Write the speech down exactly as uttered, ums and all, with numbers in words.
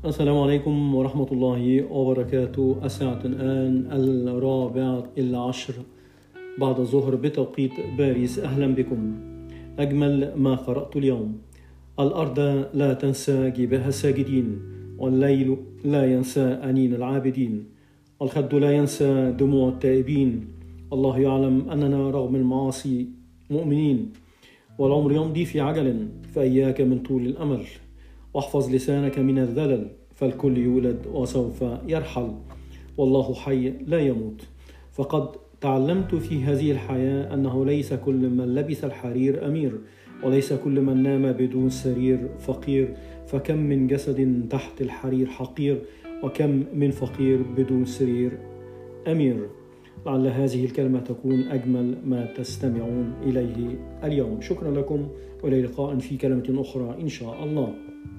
السلام عليكم ورحمة الله وبركاته. الساعة الآن الرابعة إلا عشر بعد الظهر بتوقيت باريس. أهلا بكم. أجمل ما قرأت اليوم: الأرض لا تنسى جباه الساجدين، والليل لا ينسى أنين العابدين، الخد لا ينسى دموع التائبين. الله يعلم أننا رغم المعاصي مؤمنين، والعمر يمضي في عجل، فإياك من طول الأمل، واحفظ لسانك من الذلل، فالكل يولد وسوف يرحل، والله حي لا يموت. فقد تعلمت في هذه الحياة أنه ليس كل من لبس الحرير أمير، وليس كل من نام بدون سرير فقير، فكم من جسد تحت الحرير حقير، وكم من فقير بدون سرير أمير. لعل هذه الكلمة تكون أجمل ما تستمعون إليه اليوم. شكرا لكم، وإلى لقاء في كلمة أخرى إن شاء الله.